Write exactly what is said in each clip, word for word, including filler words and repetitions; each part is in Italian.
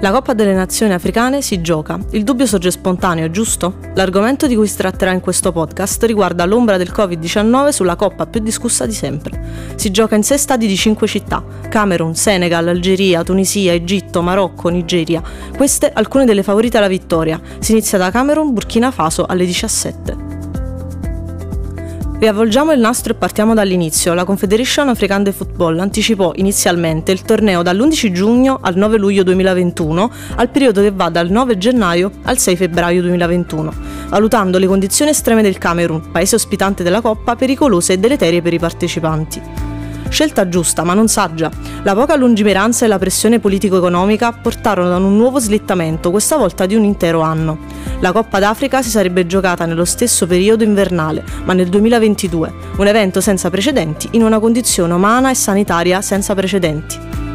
La Coppa delle Nazioni Africane si gioca. Il dubbio sorge spontaneo, giusto? L'argomento di cui si tratterà in questo podcast riguarda l'ombra del covid diciannove sulla Coppa più discussa di sempre. Si gioca in sei stadi di cinque città: Camerun, Senegal, Algeria, Tunisia, Egitto, Marocco, Nigeria. Queste alcune delle favorite alla vittoria. Si inizia da Camerun, Burkina Faso alle diciassette. Riavvolgiamo il nastro e partiamo dall'inizio. La Confederation African de Football anticipò inizialmente il torneo dall'undici giugno al nove luglio duemilaventuno al periodo che va dal nove gennaio al sei febbraio duemilaventuno, valutando le condizioni estreme del Camerun, paese ospitante della Coppa, pericolose e deleterie per i partecipanti. Scelta giusta, ma non saggia. La poca lungimiranza e la pressione politico-economica portarono ad un nuovo slittamento, questa volta di un intero anno. La Coppa d'Africa si sarebbe giocata nello stesso periodo invernale, ma nel duemilaventidue, un evento senza precedenti in una condizione umana e sanitaria senza precedenti.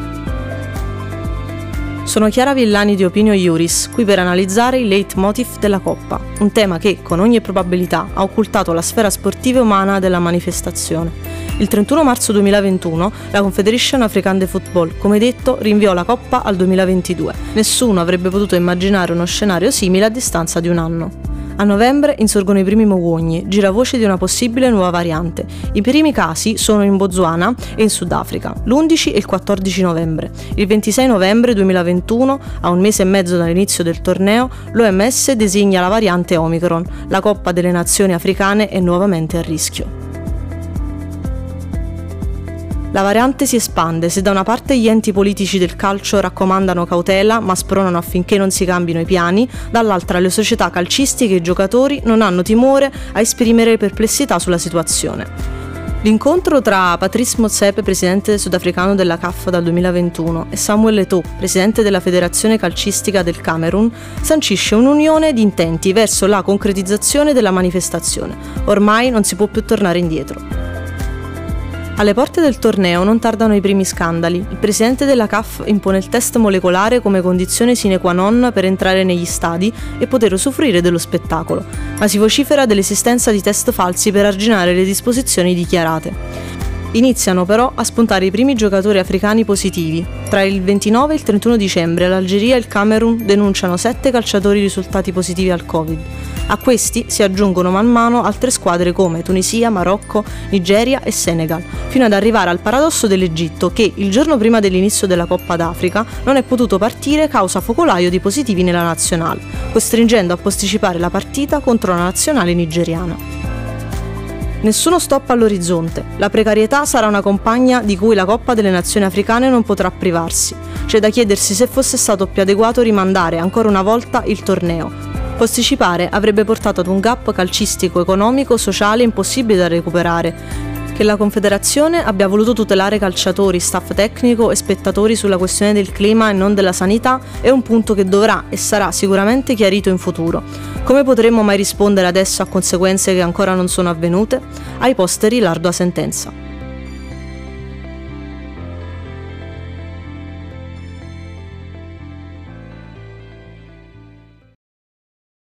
Sono Chiara Villani di Opinio Iuris, qui per analizzare i leitmotiv della Coppa, un tema che, con ogni probabilità, ha occultato la sfera sportiva e umana della manifestazione. Il trentuno marzo duemilaventuno la Confederation African de Football, come detto, rinviò la Coppa al duemilaventidue. Nessuno avrebbe potuto immaginare uno scenario simile a distanza di un anno. A novembre insorgono i primi mogugni, giravoce di una possibile nuova variante. I primi casi sono in Botswana e in Sudafrica, l'undici e il quattordici novembre. Il ventisei novembre duemilaventuno, a un mese e mezzo dall'inizio del torneo, l'O M S designa la variante Omicron. La Coppa delle Nazioni Africane è nuovamente a rischio. La variante si espande. Se da una parte gli enti politici del calcio raccomandano cautela ma spronano affinché non si cambino i piani, dall'altra le società calcistiche e i giocatori non hanno timore a esprimere perplessità sulla situazione. L'incontro tra Patrice Motsepe, presidente sudafricano della C A F dal duemilaventuno, e Samuel Eto'o, presidente della Federazione Calcistica del Camerun, sancisce un'unione di intenti verso la concretizzazione della manifestazione. Ormai non si può più tornare indietro. Alle porte del torneo non tardano i primi scandali. Il presidente della C A F impone il test molecolare come condizione sine qua non per entrare negli stadi e poter usufruire dello spettacolo, ma si vocifera dell'esistenza di test falsi per arginare le disposizioni dichiarate. Iniziano però a spuntare i primi giocatori africani positivi. Tra il ventinove e il trentuno dicembre l'Algeria e il Camerun denunciano sette calciatori risultati positivi al Covid. A questi si aggiungono man mano altre squadre come Tunisia, Marocco, Nigeria e Senegal, fino ad arrivare al paradosso dell'Egitto che, il giorno prima dell'inizio della Coppa d'Africa, non è potuto partire causa focolaio di positivi nella nazionale, costringendo a posticipare la partita contro la nazionale nigeriana. Nessuno stop all'orizzonte. La precarietà sarà una compagna di cui la Coppa delle Nazioni Africane non potrà privarsi. C'è da chiedersi se fosse stato più adeguato rimandare ancora una volta il torneo. Posticipare avrebbe portato ad un gap calcistico, economico, sociale impossibile da recuperare. Che la Confederazione abbia voluto tutelare calciatori, staff tecnico e spettatori sulla questione del clima e non della sanità è un punto che dovrà e sarà sicuramente chiarito in futuro. Come potremmo mai rispondere adesso a conseguenze che ancora non sono avvenute? Ai posteri l'ardua sentenza.